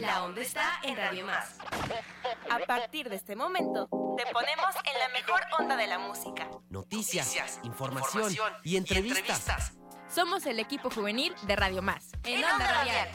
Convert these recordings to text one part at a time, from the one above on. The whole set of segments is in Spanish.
La onda está en Radio Más. A partir de este momento, te ponemos en la mejor onda de la música. Noticias, información y entrevistas. Somos el equipo juvenil de Radio Más. En Onda Radial.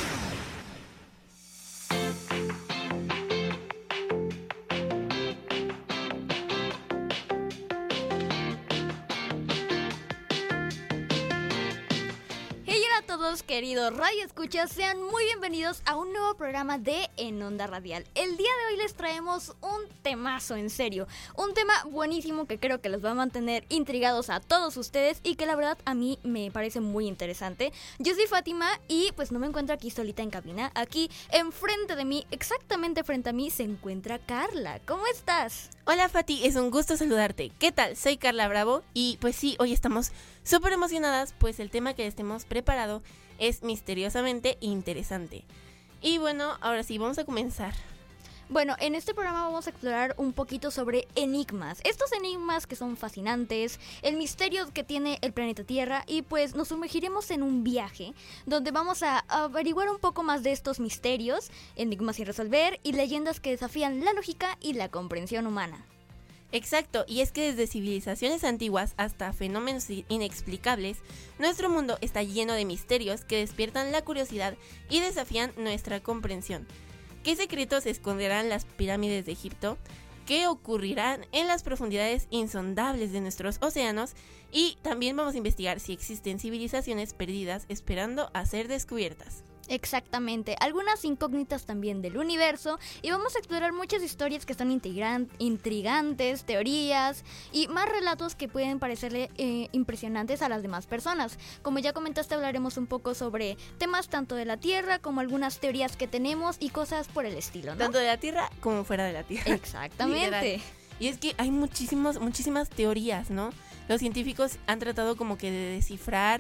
Todos queridos radioescuchas, sean muy bienvenidos a un nuevo programa de En Onda Radial. El día de hoy les traemos un temazo, en serio, un tema buenísimo que creo que los va a mantener intrigados a todos ustedes y que la verdad a mí me parece muy interesante. Yo soy Fátima y pues no me encuentro aquí solita en cabina. Aquí enfrente de mí, exactamente frente a mí, se encuentra Carla. ¿Cómo estás? Hola Fati, es un gusto saludarte. ¿Qué tal? Soy Carla Bravo y pues sí, hoy estamos súper emocionadas, pues el tema que les hemos preparado es misteriosamente interesante. Y bueno, ahora sí, vamos a comenzar. Bueno, en este programa vamos a explorar un poquito sobre enigmas. Estos enigmas que son fascinantes, el misterio que tiene el planeta Tierra, y pues nos sumergiremos en un viaje donde vamos a averiguar un poco más de estos misterios, enigmas sin resolver y leyendas que desafían la lógica y la comprensión humana. Exacto, y es que desde civilizaciones antiguas hasta fenómenos inexplicables, nuestro mundo está lleno de misterios que despiertan la curiosidad y desafían nuestra comprensión. ¿Qué secretos esconderán las pirámides de Egipto? ¿Qué ocurrirán en las profundidades insondables de nuestros océanos? Y también vamos a investigar si existen civilizaciones perdidas esperando a ser descubiertas. Exactamente, algunas incógnitas también del universo, y vamos a explorar muchas historias que son intrigantes, teorías y más relatos que pueden parecerle impresionantes a las demás personas. Como ya comentaste, hablaremos un poco sobre temas tanto de la Tierra como algunas teorías que tenemos y cosas por el estilo, ¿no? Tanto de la Tierra como fuera de la Tierra. Exactamente. Y es que hay muchísimas teorías, ¿no? Los científicos han tratado como que de descifrar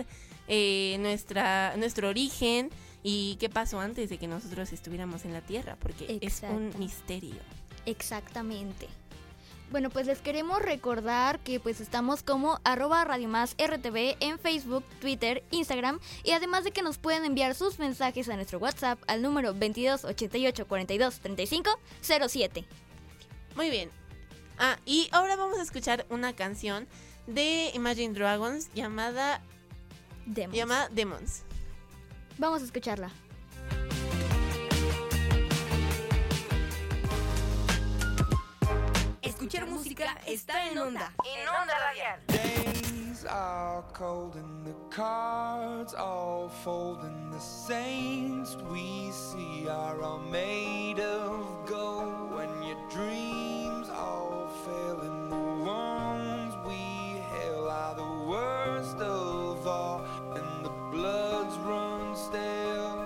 nuestro origen y qué pasó antes de que nosotros estuviéramos en la Tierra, porque es un misterio. Exactamente. Bueno, pues les queremos recordar que pues estamos como @RadioMásRTV en Facebook, Twitter, Instagram, y además de que nos pueden enviar sus mensajes a nuestro WhatsApp al número 22 88 42 35 07. Muy bien. Y ahora vamos a escuchar una canción de Imagine Dragons llamada Demons. Vamos a escucharla. Escuchar música está en Onda. En Onda Radial. Days are cold and the cards all fold and the saints we see are all made of gold. When your dreams all fail and the ones we hail are the worst of all and the bloods run stale.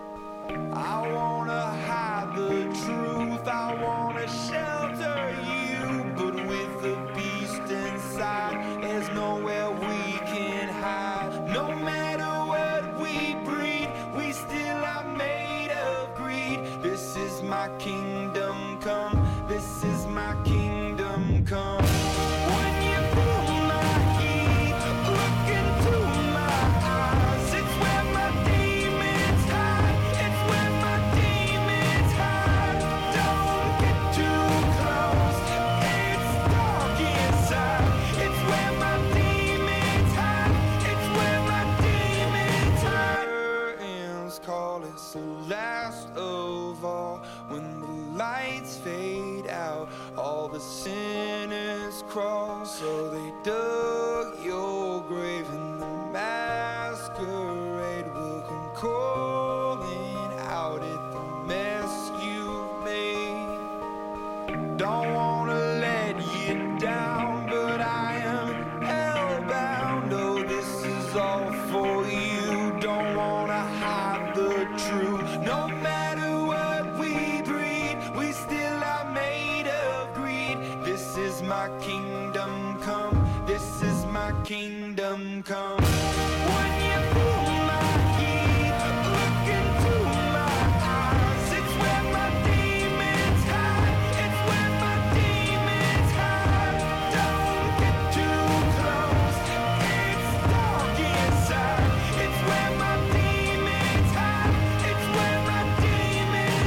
I wanna hide the truth, I wanna shelter you, but with the beast inside, there's nowhere we can hide. No matter what we breed, we still are made of greed. This is my kingdom come, this is my kingdom come. When you feel my heat, look into my eyes, it's where my demons hide, it's where my demons hide. Don't get too close, it's dark inside, it's where my demons hide, it's where my demons hide. Curtains call, it's the last of all. When the lights fade out, all the sinners crawl. So they dug your grave and the masquerade will come calling out at the mess you've made. Don't wanna let you down, but I am hellbound. Oh, this is all for you. Don't wanna hide the truth. No matter what we breed, we still are made of greed. This is my kingdom come, this is my kingdom come. When you feel my heat, look into my eyes, it's where my demons hide, it's where my demons hide. Don't get too close, it's dark inside, it's where my demons hide, it's where my demons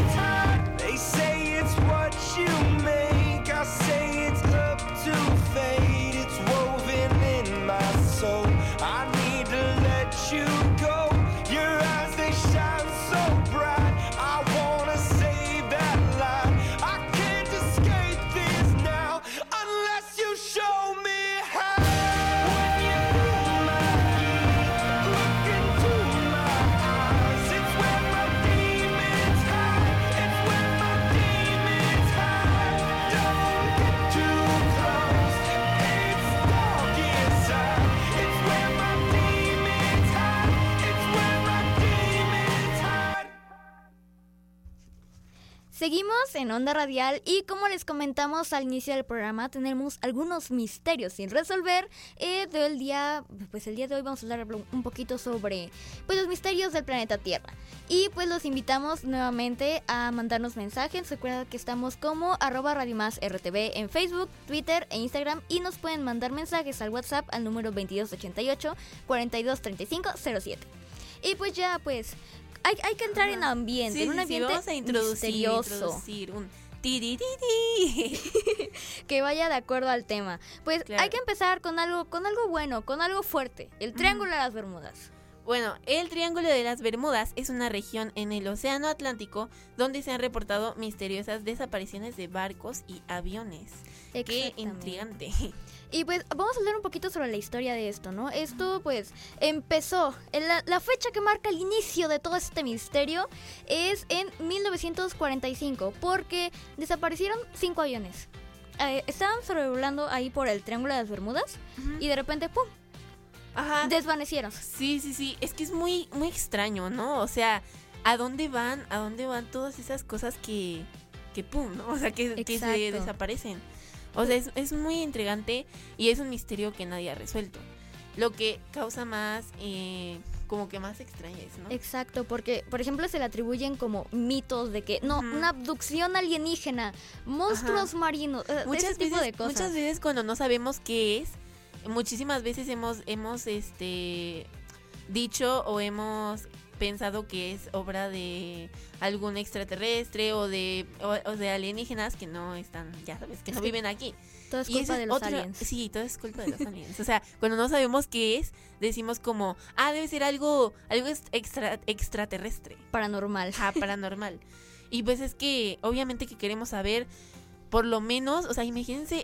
Seguimos en Onda Radial y como les comentamos al inicio del programa, tenemos algunos misterios sin resolver. El día de hoy vamos a hablar un poquito sobre pues los misterios del planeta Tierra. Y pues los invitamos nuevamente a mandarnos mensajes. Recuerda que estamos como @RadioMásRTV en Facebook, Twitter e Instagram y nos pueden mandar mensajes al WhatsApp al número 2288 423507. Y pues ya hay que entrar en ambiente, Sí, en un sí, ambiente vamos a introducir un tiririri. que vaya de acuerdo al tema. Pues Claro. hay que empezar con algo bueno, con algo fuerte, el Triángulo de las Bermudas. Bueno, el Triángulo de las Bermudas es una región en el Océano Atlántico donde se han reportado misteriosas desapariciones de barcos y aviones. Qué Exactamente. intrigante. Y pues vamos a hablar un poquito sobre la historia de esto, ¿no? Esto pues empezó, la fecha que marca el inicio de todo este misterio es en 1945 porque desaparecieron 5 aviones. Estaban sobrevolando ahí por el Triángulo de las Bermudas y de repente ¡pum! Ajá. Desvanecieron. Sí. Es que es muy, muy extraño, ¿no? O sea, ¿a dónde van todas esas cosas que pum, ¿no? O sea, que se Exacto. desaparecen. O sea, es muy intrigante y es un misterio que nadie ha resuelto. Lo que causa más, como que más extrañez, ¿no? Exacto, porque por ejemplo se le atribuyen como mitos de que no, una abducción alienígena, monstruos marinos, ese tipo de cosas. Muchas veces cuando no sabemos qué es, muchísimas veces hemos dicho o hemos pensado que es obra de algún extraterrestre o de alienígenas que no están, ya sabes, que no viven aquí. Todo es Y culpa ese de los aliens. Sí, todo es culpa de los aliens. O sea, cuando no sabemos qué es, decimos como, debe ser algo extraterrestre. Paranormal. Paranormal. Y pues es que, obviamente que queremos saber, por lo menos, o sea, imagínense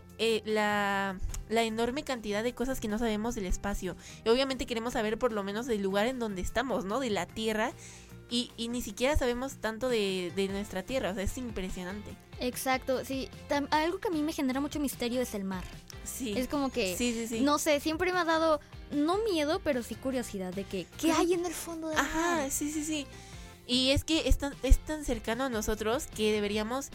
la enorme cantidad de cosas que no sabemos del espacio. Y obviamente queremos saber por lo menos del lugar en donde estamos, ¿no? De la Tierra. Y ni siquiera sabemos tanto de nuestra Tierra, o sea, es impresionante. Exacto, sí. Algo que a mí me genera mucho misterio es el mar. Sí. Es como que, Sí. no sé, siempre me ha dado, no miedo, pero sí curiosidad de que, ¿qué hay en el fondo del mar? Ajá, sí. Y es que es tan cercano a nosotros que deberíamos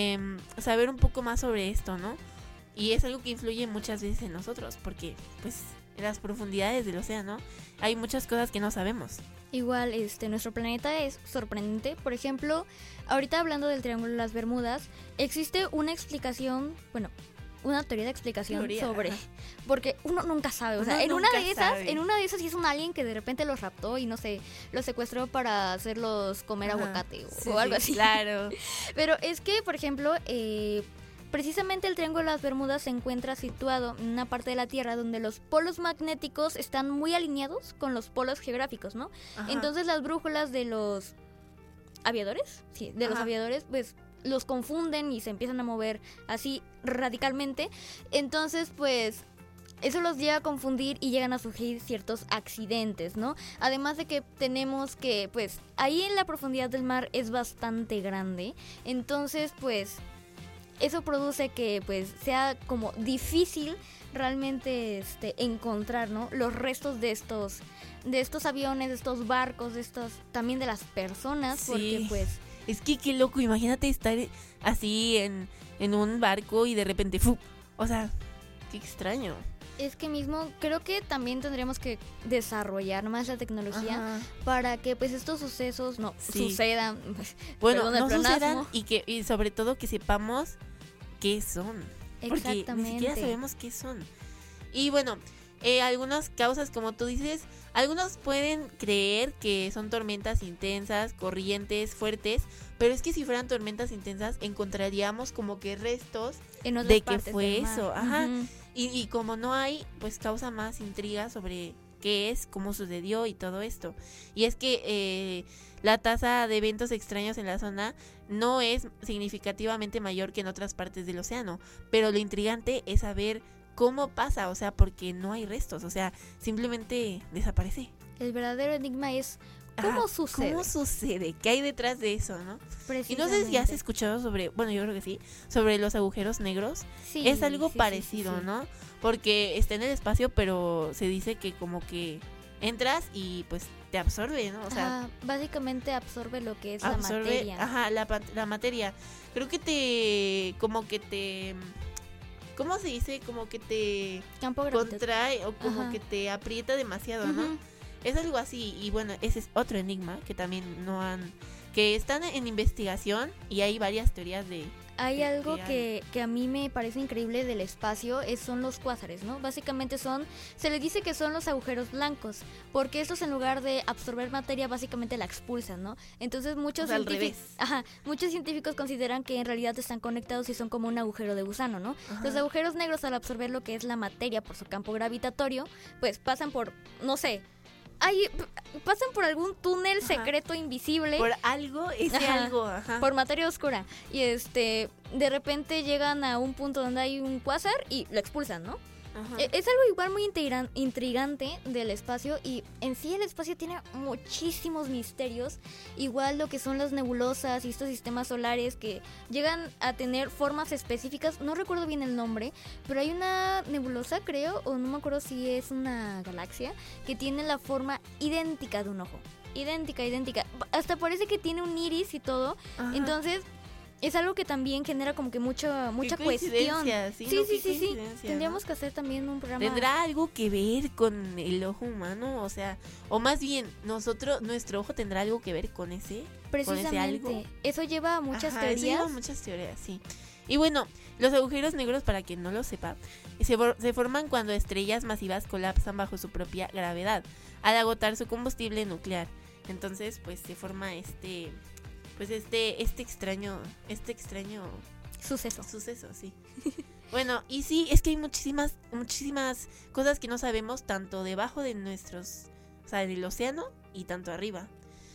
saber un poco más sobre esto, ¿no? Y es algo que influye muchas veces en nosotros, porque pues en las profundidades del océano hay muchas cosas que no sabemos. Igual, nuestro planeta es sorprendente. Por ejemplo, ahorita hablando del Triángulo de las Bermudas, existe una explicación, bueno, una teoría de explicación sobre, ajá. porque uno nunca sabe, o sea, Uno en una nunca de esas sí es un alien que de repente los raptó y no sé, los secuestró para hacerlos comer Ajá. aguacate Sí, o algo así. Claro. Pero es que, por ejemplo, precisamente el Triángulo de las Bermudas se encuentra situado en una parte de la Tierra donde los polos magnéticos están muy alineados con los polos geográficos, ¿no? Ajá. Entonces las brújulas de los aviadores, los Ajá. aviadores, pues los confunden y se empiezan a mover así radicalmente. Entonces, pues eso los llega a confundir y llegan a surgir ciertos accidentes, ¿no? Además de que tenemos que, pues, ahí en la profundidad del mar es bastante grande. Entonces, pues, eso produce que, pues, sea como difícil realmente encontrar, ¿no? Los restos de estos aviones, de estos barcos, también de las personas, Sí. porque, pues, Es que qué loco, imagínate estar así en un barco y de repente ¡fu! O sea, qué extraño. es que mismo creo que también tendremos que desarrollar más la tecnología Ajá. para que pues estos sucesos no Sí. sucedan. Bueno, Perdón el no sucedan pleonasmo. y sobre todo que sepamos qué son. Porque ni Exactamente. siquiera sabemos qué son. Y bueno, algunas causas, como tú dices, algunos pueden creer que son tormentas intensas, corrientes fuertes, pero es que si fueran tormentas intensas encontraríamos como que restos En otras de que partes fue del mar. eso. Ajá. Ujú. Y como no hay, pues causa más intriga sobre qué es, cómo sucedió y todo esto. Y es que la tasa de eventos extraños en la zona no es significativamente mayor que en otras partes del océano, pero lo intrigante es saber cómo pasa, o sea, porque no hay restos, o sea, simplemente desaparece. El verdadero enigma es ¿cómo Ajá, sucede? ¿Cómo sucede? ¿Qué hay detrás de eso, no? Y no sé si has Precisamente. escuchado sobre, bueno, yo creo que sí, sobre los agujeros negros. Sí, Es algo sí, sí, parecido, sí. ¿no? Porque está en el espacio, pero se dice que como que entras y pues te absorbe, ¿no? O sea, Ajá, básicamente absorbe lo que es la materia. Ajá, la materia. Creo que ¿cómo se dice? Como que te Campo gravitatorio. contrae o como Ajá. que te aprieta demasiado, ¿no? Ujú. Es algo así. Y bueno, ese es otro enigma que también que están en investigación y hay varias teorías de... Hay que algo hay. que a mí me parece increíble del espacio, son los cuásares, ¿no? Básicamente se le dice que son los agujeros blancos, porque estos en lugar de absorber materia básicamente la expulsan, ¿no? Entonces muchos O sea, al revés. muchos científicos consideran que en realidad están conectados y son como un agujero de gusano, ¿no? Ajá. Los agujeros negros, al absorber lo que es la materia por su campo gravitatorio, pues pasan por, no sé, pasan por algún túnel Ajá. secreto invisible. Por algo, ese Ajá. algo, ajá. Por materia oscura. Y de repente llegan a un punto donde hay un cuásar y lo expulsan, ¿no? Ajá. Es algo igual muy intrigante del espacio, y en sí el espacio tiene muchísimos misterios, igual lo que son las nebulosas y estos sistemas solares que llegan a tener formas específicas, no recuerdo bien el nombre, pero hay una nebulosa, creo, o no me acuerdo si es una galaxia, que tiene la forma idéntica de un ojo. Idéntica. Hasta parece que tiene un iris y todo. Ajá. Entonces es algo que también genera como que mucha Qué cuestión. coincidencia, sí, ¿no? Qué Sí. coincidencia, Tendríamos ¿no? que hacer también un programa. ¿Tendrá algo que ver con el ojo humano? O sea, o más bien, nuestro ojo tendrá algo que ver con ese algo. Precisamente. Eso lleva a muchas Ajá, eso teorías. lleva muchas teorías, sí. Y bueno, los agujeros negros, para quien no lo sepa, se forman cuando estrellas masivas colapsan bajo su propia gravedad, al agotar su combustible nuclear. Entonces, pues se forma este extraño Suceso. suceso, sí. Bueno, y sí, es que hay muchísimas cosas que no sabemos, tanto debajo de o sea, del océano y tanto arriba.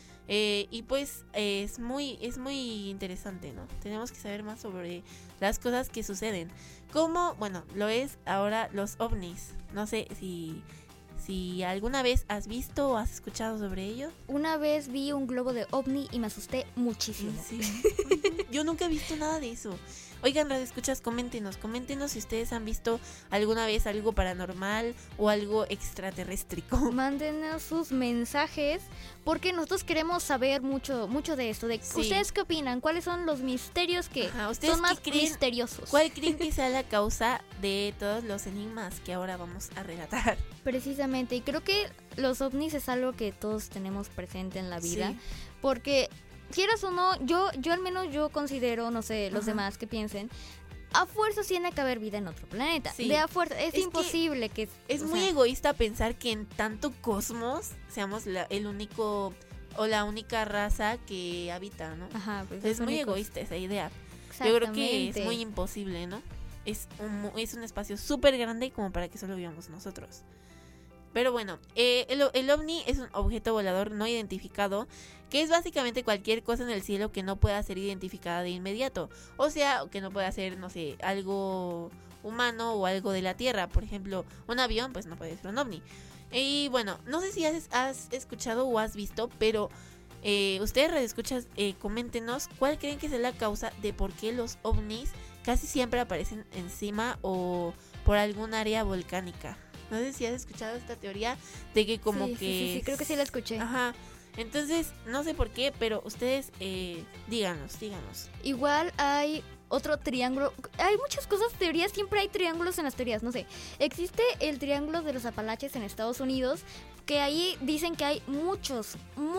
Y pues es muy interesante, ¿no? Tenemos que saber más sobre las cosas que suceden. Como, bueno, lo es ahora los ovnis. No sé si alguna vez has visto o has escuchado sobre ello. Una vez vi un globo de ovni y me asusté muchísimo. Sí. Yo nunca he visto nada de eso. Oigan, radioescuchas, coméntenos si ustedes han visto alguna vez algo paranormal o algo extraterréstrico. Mándenos sus mensajes porque nosotros queremos saber mucho de esto. Sí. ¿Ustedes qué opinan? ¿Cuáles son los misterios que Ajá, ¿ustedes son más qué creen? misteriosos? ¿Cuál creen que sea la causa de todos los enigmas que ahora vamos a relatar? Precisamente, y creo que los ovnis es algo que todos tenemos presente en la vida, Sí. porque quieras o no, yo al menos yo considero, no sé, los Ajá. demás que piensen, a fuerza tiene que haber vida en otro planeta. Sí. De a fuerza, es que imposible que Es o muy sea, egoísta pensar que en tanto cosmos seamos el único o la única raza que habita, ¿no? Ajá, pues Es los muy únicos. egoísta esa idea. Yo creo que es Exactamente. muy imposible, ¿no? Es un espacio súper grande como para que solo vivamos nosotros. Pero bueno, el ovni es un objeto volador no identificado, que es básicamente cualquier cosa en el cielo que no pueda ser identificada de inmediato. O sea, que no pueda ser, no sé, algo humano o algo de la Tierra. Por ejemplo, un avión, pues no puede ser un ovni. Y bueno, no sé si has escuchado o has visto, pero ustedes radioescuchas, coméntenos cuál creen que es la causa de por qué los ovnis casi siempre aparecen encima o por algún área volcánica. No sé si has escuchado esta teoría de que como Sí, que... sí, creo que sí la escuché. Ajá. Entonces, no sé por qué, pero ustedes díganos. Igual hay otro triángulo. Hay muchas cosas, teorías, siempre hay triángulos en las teorías, no sé. Existe el triángulo de los Apalaches en Estados Unidos, que ahí dicen que hay muchos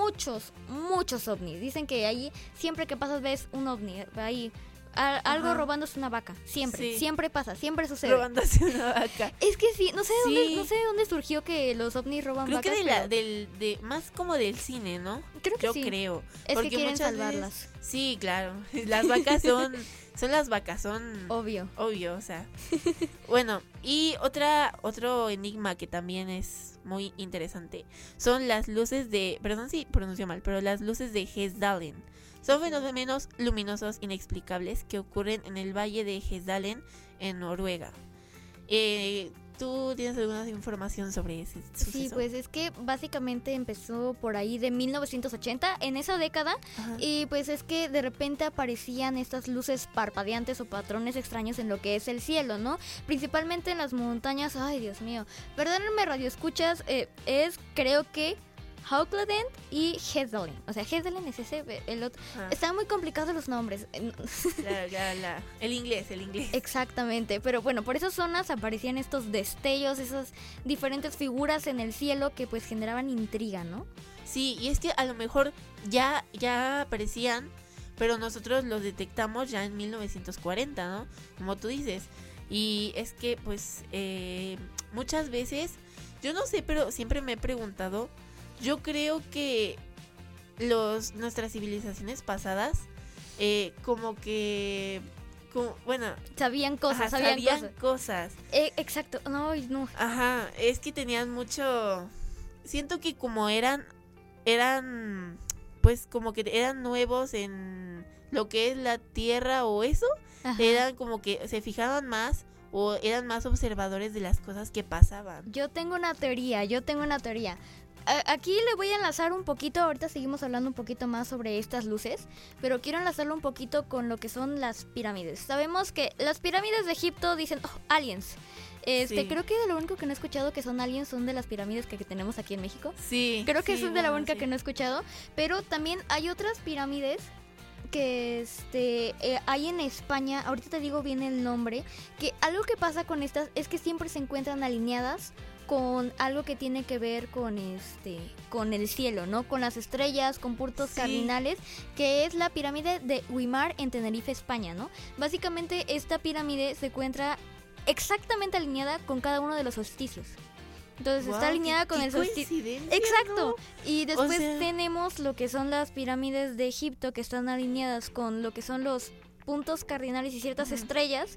ovnis. Dicen que ahí siempre que pasas ves un ovni, ahí algo Ajá. robándose una vaca. Siempre, Sí. siempre pasa, siempre sucede. Robándose una vaca. Es que sí, no sé Sí. de dónde surgió que los ovnis roban Creo que vacas. de más como del cine, ¿no? Creo que Yo sí. creo. Es Porque que quieren muchas salvarlas. veces- sí, claro. Las vacas son las vacas, son Obvio. obvio, o sea. Bueno, y otro enigma que también es muy interesante son las luces de, perdón si pronuncio mal, pero las luces de Hesdalen. Son fenómenos luminosos inexplicables que ocurren en el valle de Hesdalen en Noruega. ¿tú tienes alguna información sobre ese suceso? Sí, pues es que básicamente empezó por ahí de 1980, en esa década. Ajá. Y pues es que de repente aparecían estas luces parpadeantes o patrones extraños en lo que es el cielo, ¿no? Principalmente en las montañas. Ay, Dios mío. Perdónenme, radioescuchas, es creo que Haukleden y Hesdalen. O sea, Hesdalen es ese, el otro. Están muy complicados los nombres. El inglés. Exactamente, pero bueno, por esas zonas aparecían estos destellos, esas diferentes figuras en el cielo que pues generaban intriga, ¿no? Sí, y es que a lo mejor ya aparecían, pero nosotros los detectamos ya en 1940, ¿no? Como tú dices. Y es que pues muchas veces, yo no sé, pero siempre me he preguntado, yo creo que nuestras civilizaciones pasadas sabían cosas, sabían cosas. Exacto, no. Ajá, es que tenían mucho, siento que como eran pues como que eran nuevos en lo que es la tierra o eso. Ajá. Eran como que se fijaban más o eran más observadores de las cosas que pasaban. Yo tengo una teoría. Aquí le voy a enlazar un poquito, ahorita seguimos hablando un poquito más sobre estas luces, pero quiero enlazarlo un poquito con lo que son las pirámides. Sabemos que las pirámides de Egipto dicen, aliens. Sí. Creo que de lo único que no he escuchado que son aliens son de las pirámides que tenemos aquí en México. Sí. Creo que eso es de la única que no he escuchado, pero también hay otras pirámides que hay en España, ahorita te digo bien el nombre, que algo que pasa con estas es que siempre se encuentran alineadas con algo que tiene que ver con el cielo, ¿no? Con las estrellas, con puntos cardinales, que es la pirámide de Güímar en Tenerife, España, ¿no? Básicamente esta pirámide se encuentra exactamente alineada con cada uno de los solsticios. Entonces está alineada con el solsticio. Exacto. ¿No? Y después tenemos lo que son las pirámides de Egipto, que están alineadas con lo que son los puntos cardinales y ciertas estrellas.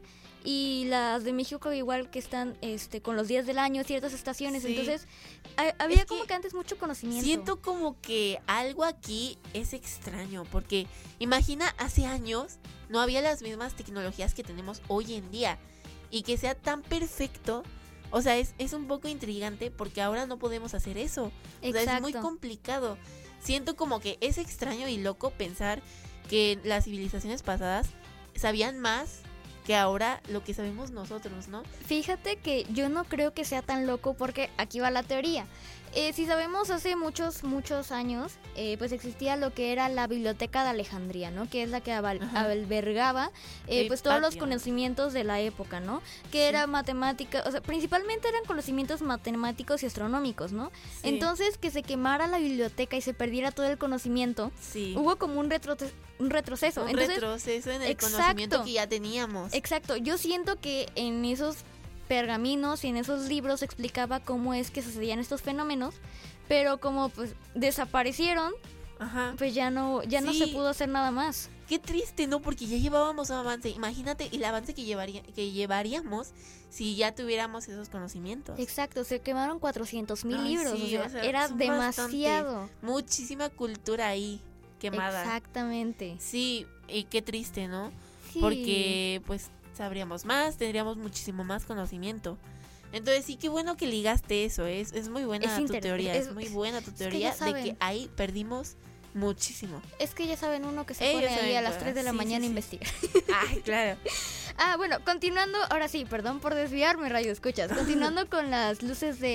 Y las de México igual, que están con los días del año, ciertas estaciones. Sí. Entonces había como que antes mucho conocimiento. Siento como que algo aquí es extraño, porque imagina, hace años no había las mismas tecnologías que tenemos hoy en día, y que sea tan perfecto. O sea, es un poco intrigante, porque ahora no podemos hacer eso. Exacto. O sea, es muy complicado. Siento como que es extraño y loco pensar que las civilizaciones pasadas sabían más que ahora lo que sabemos nosotros, ¿no? Fíjate que yo no creo que sea tan loco, porque aquí va la teoría. Si sabemos, hace muchos años, pues existía lo que era la Biblioteca de Alejandría, ¿no? Que es la que albergaba pues todos los conocimientos de la época, ¿no? Que era matemática, o sea, principalmente eran conocimientos matemáticos y astronómicos, ¿no? Sí. Entonces, que se quemara la biblioteca y se perdiera todo el conocimiento, hubo como un retroceso. Entonces, retroceso en el conocimiento que ya teníamos. Exacto, yo siento que en esos pergaminos y en esos libros explicaba cómo es que sucedían estos fenómenos, pero como pues desaparecieron, pues ya no se pudo hacer nada más. Qué triste, ¿no? Porque ya llevábamos un avance. Imagínate el avance que llevaríamos si ya tuviéramos esos conocimientos. Exacto, se quemaron 400,000 libros, o sea, era demasiado. Bastante, muchísima cultura ahí quemada. Exactamente. Sí, y qué triste, ¿no? Sí. Porque pues sabríamos más, tendríamos muchísimo más conocimiento. Entonces sí, qué bueno que ligaste eso, es muy buena tu teoría, es muy buena tu teoría de que ahí perdimos muchísimo. Es que ya saben, uno que se pone ahí a las 3 de la mañana a investigar. Ay, claro. Bueno, continuando, ahora sí, perdón por desviarme, radio escuchas, continuando con las luces de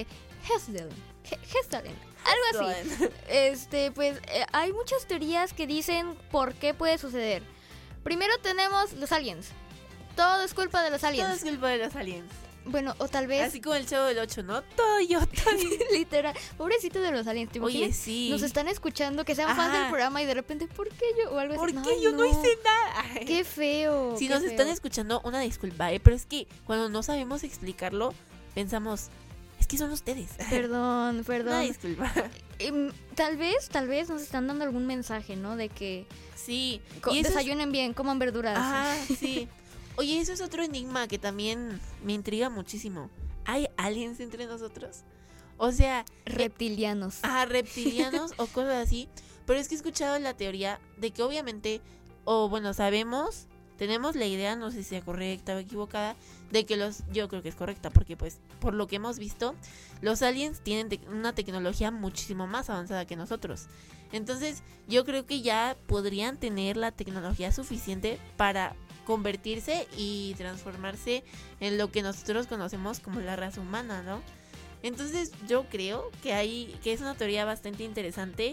Hesdalen, algo así. Pues hay muchas teorías que dicen por qué puede suceder. Primero tenemos los aliens. Todo es culpa de los aliens. Todo es culpa de los aliens. Bueno, o tal vez... Así como el Chavo del 8, ¿no? Todo yo. Literal. Pobrecito de los aliens, ¿te imaginas? Oye, sí. Nos están escuchando, que sean fans del programa y de repente, ¿por qué yo? O algo así. ¿Por qué yo no hice nada? Ay. Qué feo. Si nos están escuchando, una disculpa, pero es que cuando no sabemos explicarlo, pensamos, es que son ustedes. Perdón. Una disculpa. Tal vez nos están dando algún mensaje, ¿no? De que... Sí. Desayunen bien, coman verduras. Sí. Oye, eso es otro enigma que también me intriga muchísimo. ¿Hay aliens entre nosotros? O sea... reptilianos. Reptilianos o cosas así. Pero es que he escuchado la teoría de que obviamente, sabemos tenemos la idea, no sé si sea correcta o equivocada, de que yo creo que es correcta, porque pues por lo que hemos visto, los aliens tienen una tecnología muchísimo más avanzada que nosotros. Entonces yo creo que ya podrían tener la tecnología suficiente para convertirse y transformarse en lo que nosotros conocemos como la raza humana, ¿no? Entonces yo creo que es una teoría bastante interesante,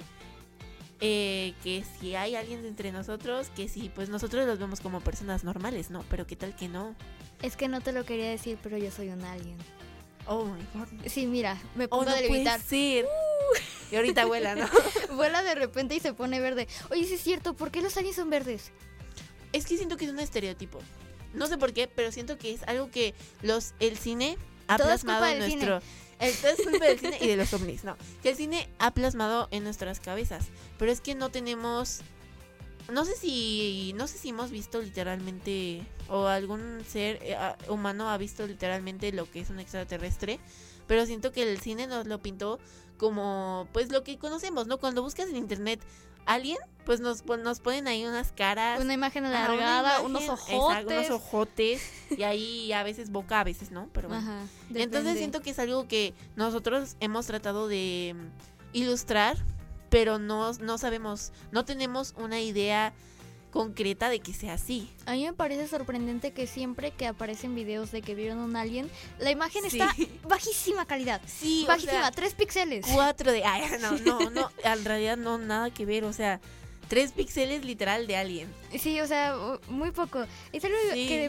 que si hay alguien entre nosotros, que si pues nosotros los vemos como personas normales, ¿no? Pero qué tal que no. Es que no te lo quería decir, pero yo soy un alien. Oh my god. Sí, mira, me pongo No a levitar. puede ser. Y ahorita vuela, ¿no? Vuela de repente y se pone verde. Oye, sí es cierto, ¿por qué los aliens son verdes? Es que siento que es un estereotipo. No sé por qué, pero siento que es algo que el cine ha Todo es plasmado culpa en del nuestro... Todo es culpa del cine y de los ovnis, no. Que el cine ha plasmado en nuestras cabezas. Pero es que no tenemos... No sé si hemos visto literalmente, o algún ser humano ha visto literalmente lo que es un extraterrestre, pero siento que el cine nos lo pintó como pues lo que conocemos, ¿no? Cuando buscas en internet alien, pues nos ponen ahí unas caras, Una imagen alargada, una unos imagen, ojotes. exacto, unos ojotes, y ahí a veces boca, a veces no, pero bueno. Ajá, Entonces depende. siento que es algo que nosotros hemos tratado de ilustrar, pero no sabemos, no tenemos una idea concreta de que sea así. A mí me parece sorprendente que siempre que aparecen videos de que vieron un alien, la imagen Sí. está bajísima calidad. Sí, Bajísima, o sea, 3 píxeles. 4 de... Ay, no, en realidad no, nada que ver, o sea, 3 píxeles literal de alien. Sí, o sea, muy poco. Es algo Sí. que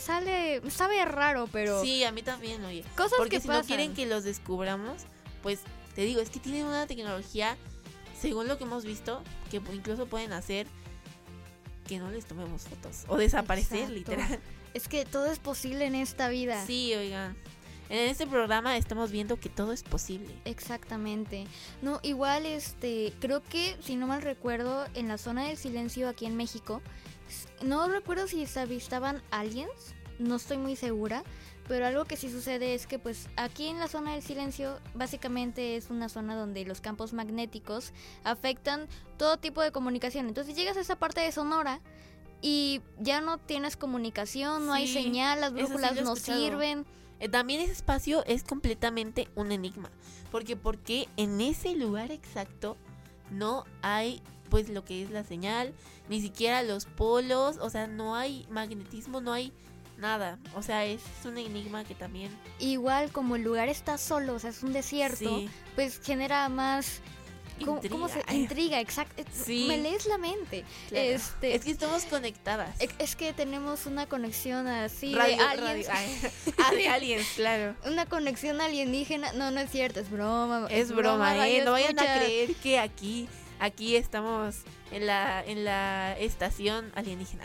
sabe raro, pero Sí, a mí también, oye. cosas Porque que si pasan. no quieren que los descubramos, pues te digo, es que tienen una tecnología, según lo que hemos visto, que incluso pueden hacer que no les tomemos fotos o desaparecer, Exacto. literal. Es que todo es posible en esta vida. Sí, oigan. En este programa estamos viendo que todo es posible. Exactamente. No, igual creo que si no mal recuerdo, en la zona del silencio aquí en México, no recuerdo si se avistaban aliens, no estoy muy segura, pero algo que sí sucede es que pues aquí en la zona del silencio básicamente es una zona donde los campos magnéticos afectan todo tipo de comunicación. Entonces llegas a esa parte de Sonora y ya no tienes comunicación, no hay Sí, señal, las eso sí brújulas lo he no escuchado. sirven. También ese espacio es completamente un enigma. Porque en ese lugar exacto no hay pues lo que es la señal, ni siquiera los polos, o sea, no hay magnetismo, no hay nada. O sea, es un enigma que también... Igual como el lugar está solo, o sea, es un desierto, Sí. pues genera más ¿cómo se intriga? Exacto. Sí. Me lees la mente. Claro. Es Es que estamos conectadas. es que tenemos una conexión así Radio, de aliens. de aliens, claro. Una conexión alienígena. No, no es cierto, es broma. Es broma, radio no vayan a escucha. creer que aquí estamos en la estación alienígena.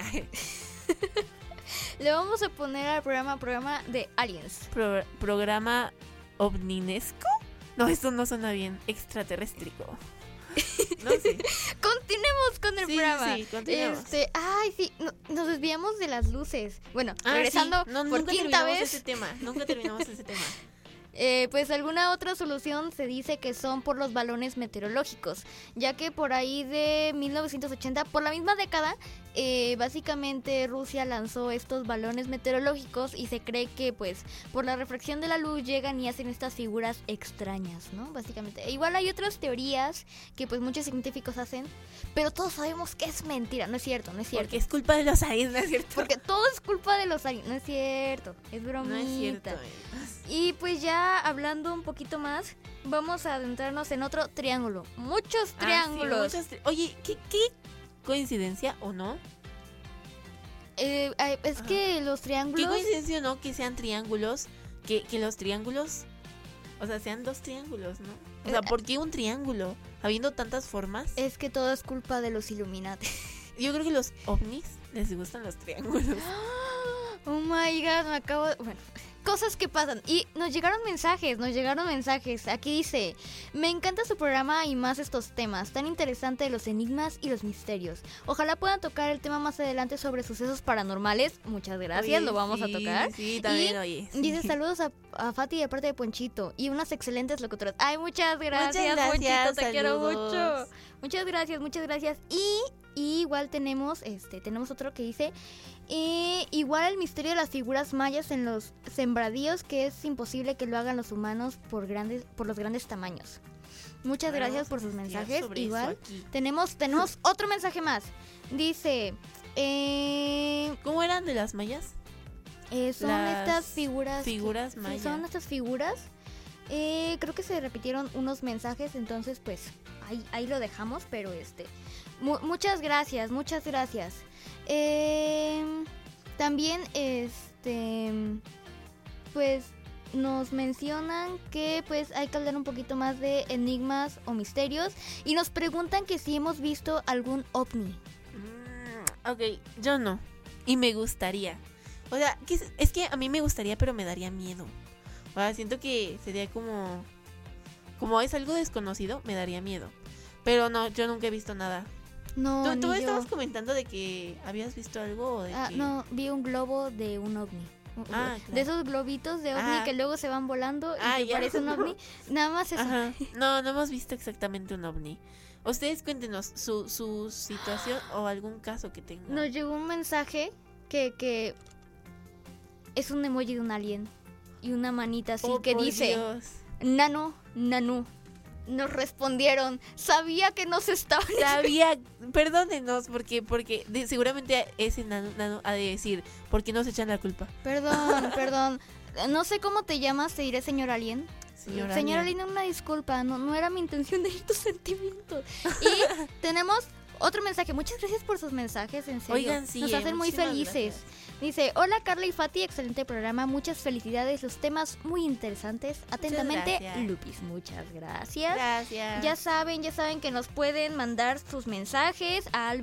Le vamos a poner al programa de aliens. Programa ovninesco. No, esto no suena bien. Extraterrestrico. No sé. Continuemos con el Sí, programa. sí, continuemos. Ay, sí, nos desviamos de las luces. Bueno, Ah, regresando sí. No, por nunca quinta terminamos vez. ese tema. Nunca terminamos ese tema. Pues alguna otra solución se dice que son por los balones meteorológicos, ya que por ahí de 1980, por la misma década, básicamente Rusia lanzó estos balones meteorológicos y se cree que pues por la refracción de la luz llegan y hacen estas figuras extrañas, ¿no? Básicamente. Igual hay otras teorías que pues muchos científicos hacen, pero todos sabemos que es mentira, no es cierto, no es cierto. Porque es culpa de los aliens, ¿no es cierto? Porque todo es culpa de los aliens, no es cierto, es bromita. No es cierto. Y pues ya hablando un poquito más, vamos a adentrarnos en otro triángulo. Muchos triángulos. Oye, ¿qué coincidencia o no? Es Ajá. que los ¿Qué triángulos... coincidencia o no que sean triángulos? Que los triángulos, o sea, sean dos triángulos, ¿no? O sea, ¿por qué un triángulo? Habiendo tantas formas. Es que todo es culpa de los Illuminati. Yo creo que los ovnis les gustan los triángulos. Oh my god, me acabo de... Bueno, cosas que pasan. Y nos llegaron mensajes. Aquí dice: me encanta su programa y más estos temas, tan interesante de los enigmas y los misterios. Ojalá puedan tocar el tema más adelante sobre sucesos paranormales. Muchas gracias, Oye, lo vamos a sí, tocar. Sí, también, Y oye. sí. Dice saludos a Fati de parte de Ponchito y unas excelentes locutoras. Ay, muchas gracias, Muchas gracias, Ponchito, te quiero saludos. mucho. Muchas gracias. Y Y igual tenemos otro que dice, igual el misterio de las figuras mayas en los sembradíos, que es imposible que lo hagan los humanos por los grandes tamaños. Muchas gracias por sus mensajes. Igual tenemos otro mensaje más. Dice, ¿cómo eran de las mayas? Son estas figuras. Figuras mayas. Sí, son estas figuras. Creo que se repitieron unos mensajes, entonces pues ahí lo dejamos, pero muchas gracias. También pues nos mencionan que pues hay que hablar un poquito más de enigmas o misterios y nos preguntan que si hemos visto algún ovni. Ok, yo no, y me gustaría. O sea, es que a mí me gustaría, pero me daría miedo. O sea, siento que sería como es algo desconocido, me daría miedo. Pero no, yo nunca he visto nada. No, ¿Tú ni estabas yo. comentando de que habías visto algo o de que... No, vi un globo de un ovni. Claro. De esos globitos de ovni que luego se van volando y que ya. parece un ovni. Nada más eso. Ajá. No hemos visto exactamente un ovni. Ustedes cuéntenos su situación o algún caso que tengan. Nos llegó un mensaje que es un emoji de un alien y una manita así que por dice, Dios. Nanu. Nos respondieron, sabía que nos estaban... Perdónenos, porque seguramente ese nano ha de decir, ¿por qué nos echan la culpa? Perdón. No sé cómo te llamas, te diré señor alien. Señor Alien, una disculpa, no era mi intención de ir tus sentimientos. Y tenemos otro mensaje, muchas gracias por sus mensajes, en serio. Oigan, sí, nos hacen muy muchísimas felices. gracias. Dice, hola Carla y Fati, excelente programa, muchas felicidades, los temas muy interesantes. Atentamente, gracias. Lupis, muchas gracias. Gracias. Ya saben que nos pueden mandar sus mensajes al